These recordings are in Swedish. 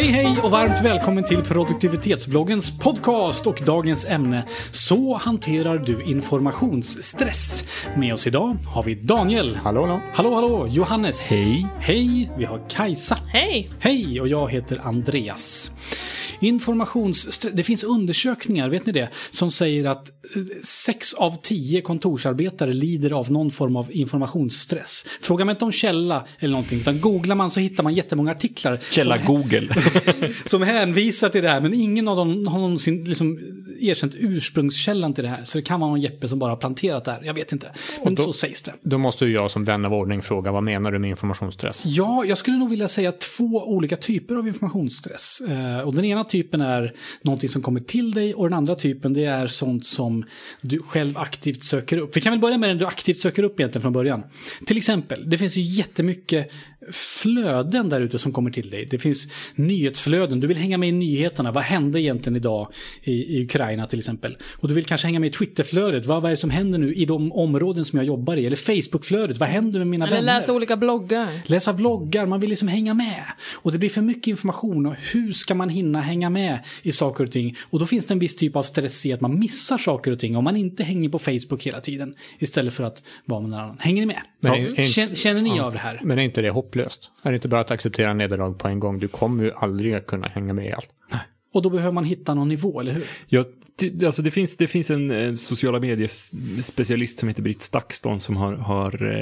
Hej och varmt välkommen till Produktivitetsbloggens podcast och dagens ämne: så hanterar du informationsstress. Med oss idag har vi Daniel. Hallå. Johannes. Hej. Vi har Kajsa. Hej och jag heter Andreas. Informationsstress, det finns undersökningar, vet ni det, som säger att 6 av 10 kontorsarbetare lider av någon form av informationsstress. Frågar man inte om källa eller någonting, utan googlar man så hittar man jättemånga artiklar. Källa Google. Som hänvisar till det här, men ingen av dem har någonsin liksom erkänt ursprungskällan till det här. Så det kan vara någon Jeppe som bara planterat det här, jag vet inte. Men då, så sägs det. Då måste ju jag som vän av ordning fråga, vad menar du med informationsstress? Ja, jag skulle nog vilja säga 2 olika typer av informationsstress. Och den ena typen är någonting som kommer till dig, och den andra typen, det är sånt som du själv aktivt söker upp. Vi kan väl börja med den du aktivt söker upp egentligen från början. Till exempel, det finns ju jättemycket flöden där ute som kommer till dig. Det finns nyhetsflöden. Du vill hänga med i nyheterna. Vad hände egentligen idag i Ukraina till exempel? Och du vill kanske hänga med i Twitterflödet. Vad är det som händer nu i de områden som jag jobbar i? Eller Facebookflödet. Vad händer med mina vänner? Eller läsa olika bloggar. Läsa bloggar. Man vill liksom hänga med. Och det blir för mycket information. Och hur ska man hinna hänga med i saker och ting? Och då finns det en viss typ av stress i att man missar saker och ting. Om man inte hänger på Facebook hela tiden. Istället för att vara med någon annan. Hänger ni med? Känner ni av det här? Men är inte det hopplöst? Är det inte bara att acceptera nederlag på en gång? Du kommer ju aldrig kunna hänga med i allt. Nej. Och då behöver man hitta någon nivå, eller hur? Ja, alltså det finns en sociala medier-specialist som heter Britt Stakston som har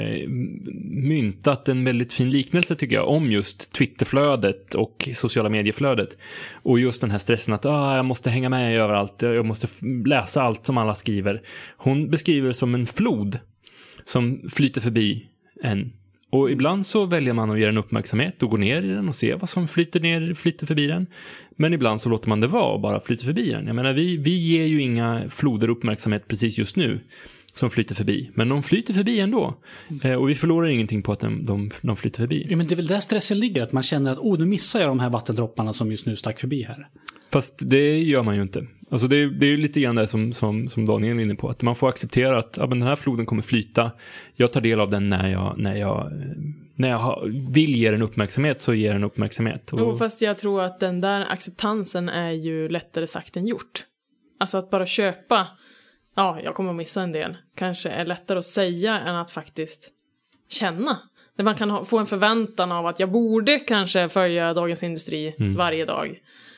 myntat en väldigt fin liknelse, tycker jag, om just Twitterflödet och sociala medieflödet. Och just den här stressen att jag måste hänga med överallt, jag måste läsa allt som alla skriver. Hon beskriver det som en flod som flyter förbi en. Och ibland så väljer man att ge den uppmärksamhet och gå ner i den och se vad som flyter förbi den. Men ibland så låter man det vara och bara flyter förbi den. Jag menar, vi ger ju inga floder uppmärksamhet precis just nu som flyter förbi. Men de flyter förbi ändå. Och vi förlorar ingenting på att de flyter förbi. Ja, men det är väl där stressen ligger. Att man känner att nu missar jag de här vattendropparna som just nu stack förbi här. Fast det gör man ju inte. Alltså det är ju lite grann det som Daniel är inne på. Att man får acceptera att men den här floden kommer flyta. Jag tar del av den när jag vill ge den uppmärksamhet, så ger den uppmärksamhet. Jo, fast jag tror att den där acceptansen är ju lättare sagt än gjort. Alltså att bara köpa, jag kommer att missa en del, kanske är lättare att säga än att faktiskt känna. Där man kan få en förväntan av att jag borde kanske följa Dagens Industri varje dag.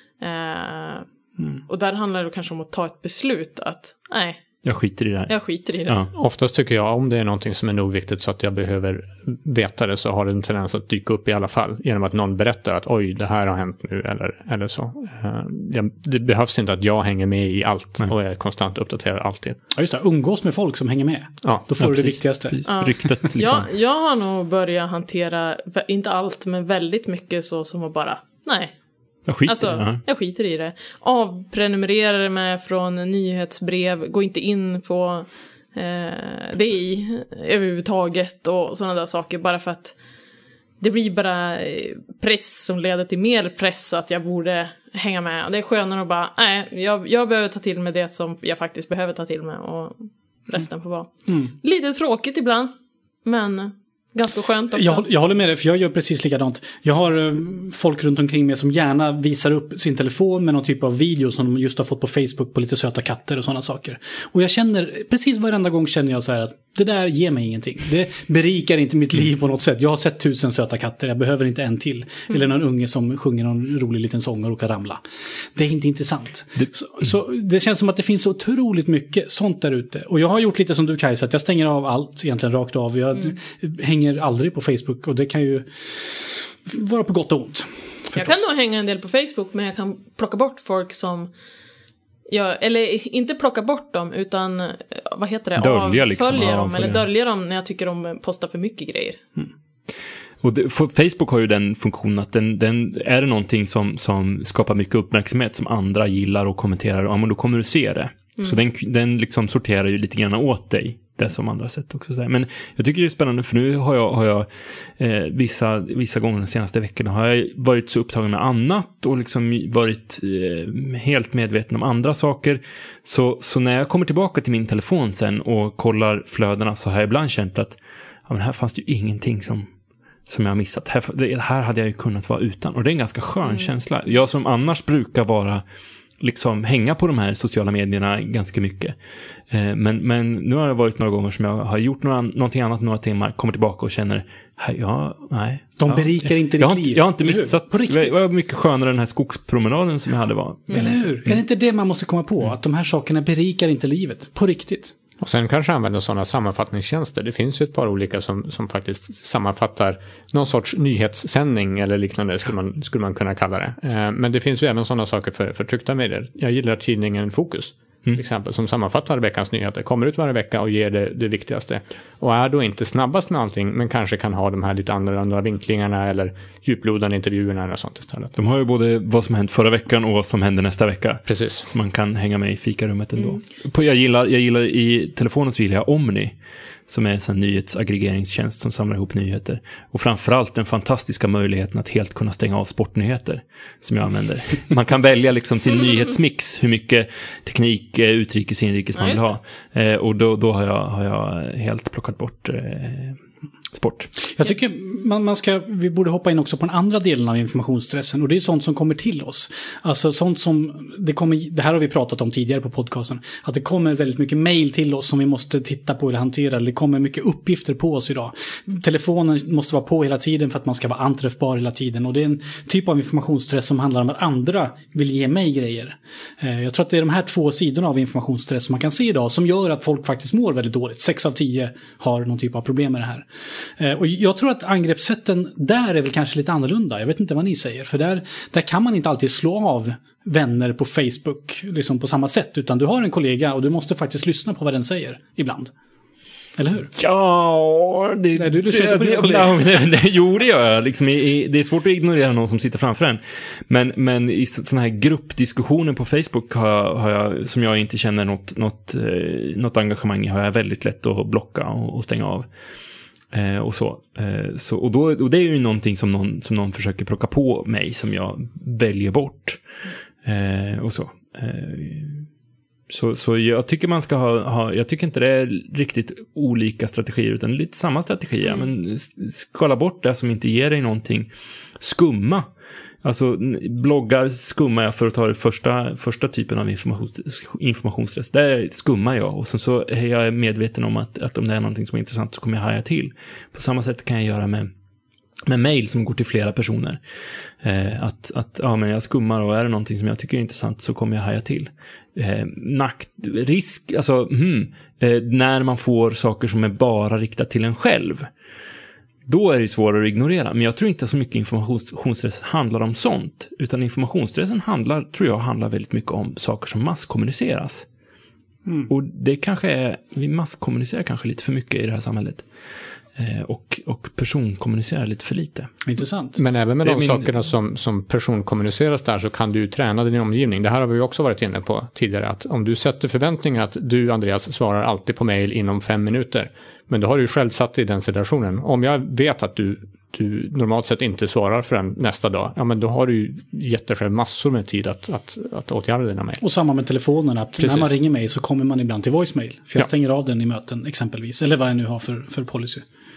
Och där handlar det kanske om att ta ett beslut att jag skiter i det här. Jag skiter i det. Ja. Oftast tycker jag, om det är någonting som är nog viktigt så att jag behöver veta det, så har det en tendens att dyka upp i alla fall. Genom att någon berättar att det här har hänt nu eller så. Det behövs inte att jag hänger med i allt och är konstant uppdaterad alltid. Ja, just det. Umgås med folk som hänger med. Ja, då får du det viktigaste. Ryktet liksom. Jag har nog börjat hantera, inte allt, men väldigt mycket så som att bara, jag skiter i det. Avprenumererar mig från nyhetsbrev. Gå inte in på det överhuvudtaget och sådana där saker. Bara för att det blir bara press som leder till mer press, så att jag borde hänga med. Det är skönare att bara, jag behöver ta till mig det som jag faktiskt behöver ta till mig. Och resten får vara lite tråkigt ibland, men ganska skönt också. Jag håller med dig, för jag gör precis likadant. Jag har folk runt omkring mig som gärna visar upp sin telefon med någon typ av video som de just har fått på Facebook på lite söta katter och sådana saker. Och jag känner, precis varenda gång känner jag så här att det där ger mig ingenting. Det berikar inte mitt liv på något sätt. Jag har sett 1000 söta katter, jag behöver inte en till. Eller någon unge som sjunger någon rolig liten sång och råkar ramla. Det är inte intressant. Så det känns som att det finns så otroligt mycket sånt där ute. Och jag har gjort lite som du, Kajsa, att jag stänger av allt egentligen rakt av. Jag hänger aldrig på Facebook, och det kan ju vara på gott och ont. Jag kan nog hänga en del på Facebook, men jag kan plocka bort folk som eller inte plocka bort dem, utan avfölja dem eller dölja dem när jag tycker de postar för mycket grejer. Och Facebook har ju den funktionen att den är det någonting som skapar mycket uppmärksamhet som andra gillar och kommenterar, men då kommer du se det. Så den liksom sorterar ju lite grann åt dig, det som andra sätt också. Men jag tycker det är spännande, för nu har jag vissa gånger de senaste veckorna har jag varit så upptagen med annat och liksom varit helt medveten om andra saker. Så när jag kommer tillbaka till min telefon sen och kollar flödena, så har jag ibland känt att men här fanns det ju ingenting som jag har missat. Här hade jag ju kunnat vara utan. Och det är en ganska skön känsla. Jag som annars brukar vara liksom hänga på de här sociala medierna ganska mycket. Men nu har det varit några gånger som jag har gjort någonting annat några timmar, kommer tillbaka och känner nej. De berikar inte ditt liv. Jag har inte missat. På riktigt. Det var mycket skönare den här skogspromenaden som jag hade var. Eller hur? Är det inte det man måste komma på? Att de här sakerna berikar inte livet. På riktigt. Och sen kanske använda sådana sammanfattningstjänster. Det finns ju ett par olika som faktiskt sammanfattar någon sorts nyhetssändning eller liknande skulle man kunna kalla det. Men det finns ju även sådana saker för tryckta medier. Jag gillar tidningen Fokus till exempel, som sammanfattar veckans nyheter. Kommer ut varje vecka och ger det viktigaste. Och är då inte snabbast med allting, men kanske kan ha de här lite andra vinklingarna eller djuplodande intervjuerna eller sånt istället. De har ju både vad som hänt förra veckan och vad som händer nästa vecka. Precis. Så man kan hänga med i fikarummet ändå. Jag gillar i telefonen så gillar jag Omni, som är en nyhetsaggregeringstjänst som samlar ihop nyheter. Och framförallt den fantastiska möjligheten att helt kunna stänga av sportnyheter som jag använder. Man kan välja liksom sin nyhetsmix, hur mycket teknik, utrikes, inrikes man vill ha. Och då har jag helt plockat bort sport. Jag tycker vi borde hoppa in också på den andra delen av informationsstressen, och det är sånt som kommer till oss. Alltså sånt som det här har vi pratat om tidigare på podcasten, att det kommer väldigt mycket mejl till oss som vi måste titta på eller hantera. Det kommer mycket uppgifter på oss idag. Telefonen måste vara på hela tiden för att man ska vara anträffbar hela tiden, och det är en typ av informationsstress som handlar om att andra vill ge mig grejer. Jag tror att det är de här två sidorna av informationsstress som man kan se idag som gör att folk faktiskt mår väldigt dåligt. 6 av 10 har någon typ av problem med det här. Och jag tror att angreppssätten där är väl kanske lite annorlunda. Jag vet inte vad ni säger. För där kan man inte alltid slå av vänner på Facebook liksom på samma sätt. Utan du har en kollega och du måste faktiskt lyssna på vad den säger ibland. Eller hur? Ja, du lyssnar på dina kollegor. Jo, det gör jag. Liksom, det är svårt att ignorera någon som sitter framför en. Men i sådana här gruppdiskussioner på Facebook har jag, som jag inte känner något engagemang i, har jag väldigt lätt att blocka och stänga av. Och så. Och det är ju någonting som någon försöker plocka på mig som jag väljer bort. Och så. Så jag tycker man ska ha jag tycker inte det är riktigt olika strategier utan lite samma strategi. Ja, men skala bort det som inte ger dig någonting. Skumma. Alltså bloggar skummar jag för att ta det första typen av informationsstress. Där skummar jag och så är jag medveten om att om det är någonting som är intressant så kommer jag haja till. På samma sätt kan jag göra med mejl som går till flera personer. Men jag skummar och är det någonting som jag tycker är intressant så kommer jag haja till. Risk, alltså när man får saker som är bara riktat till en själv. Då är det svårare att ignorera. Men jag tror inte så mycket informationsstress handlar om sånt. Utan informationsstressen handlar väldigt mycket om saker som masskommuniceras. Och det kanske är, vi masskommunicerar kanske lite för mycket i det här samhället. Och personkommunicerar lite för lite. Intressant. Men även med de sakerna som personkommuniceras där så kan du ju träna din omgivning. Det här har vi också varit inne på tidigare. Att om du sätter förväntningar att du, Andreas, svarar alltid på mejl inom 5 minuter. Men då har du ju själv satt i den situationen. Om jag vet att du normalt sett inte svarar förrän nästa dag, ja men då har du ju gett dig själv massor med tid att åtgärda dina mejl. Och samma med telefonen, att Precis. När man ringer mig så kommer man ibland till voicemail. För jag stänger av den i möten exempelvis. Eller vad jag nu har för policy.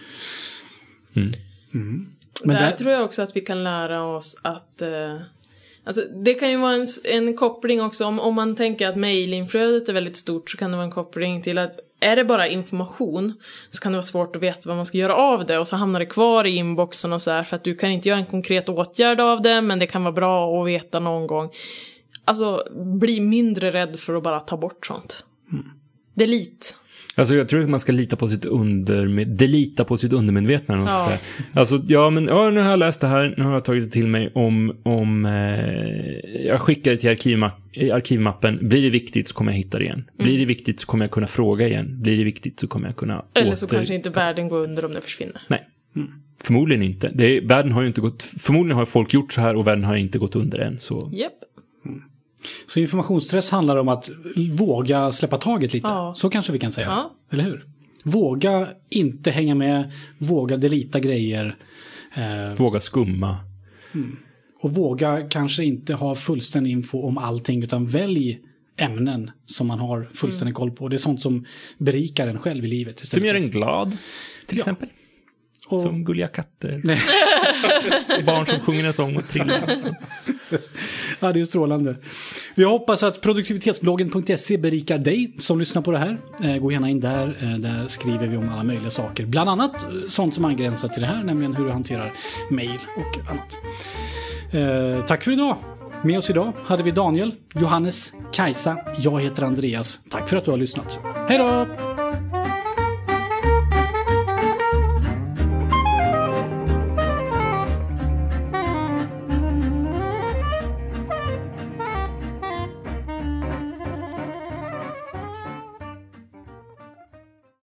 Men där tror jag också att vi kan lära oss att alltså det kan ju vara en koppling också om man tänker att mejlinflödet är väldigt stort, så kan det vara en koppling till att är det bara information så kan det vara svårt att veta vad man ska göra av det, och så hamnar det kvar i inboxen och så här, för att du kan inte göra en konkret åtgärd av det, men det kan vara bra att veta någon gång. Alltså bli mindre rädd för att bara ta bort sånt. Det är lite. Alltså jag tror att man ska lita på sitt undermedvetna. Ja. Alltså nu har jag läst det här, nu har jag tagit det till mig om jag skickar det till arkivmappen. Blir det viktigt så kommer jag hitta det igen. Blir det viktigt så kommer jag kunna fråga igen. Blir det viktigt så kommer jag kunna eller så kanske inte världen går under om det försvinner. Nej. Förmodligen inte. Världen har ju inte gått, förmodligen har folk gjort så här och världen har inte gått under än. Så. Japp. Så informationsstress handlar om att våga släppa taget lite. Ja. Så kanske vi kan säga. Ja. Eller hur? Våga inte hänga med. Våga delita grejer. Våga skumma. Och våga kanske inte ha fullständig info om allting, utan välj ämnen som man har fullständig koll på. Det är sånt som berikar en själv i livet. Som gör en glad, till exempel. Som gulliga katter. Barn som sjunger en sång och trillar. Ja, det är strålande. Vi hoppas att produktivitetsbloggen.se berikar dig som lyssnar på det här. Gå gärna in där. Där skriver vi om alla möjliga saker. Bland annat sånt som angränsar till det här, nämligen hur du hanterar mejl och annat. Tack för idag. Med oss idag hade vi Daniel, Johannes, Kajsa. Jag heter Andreas. Tack för att du har lyssnat. Hej då!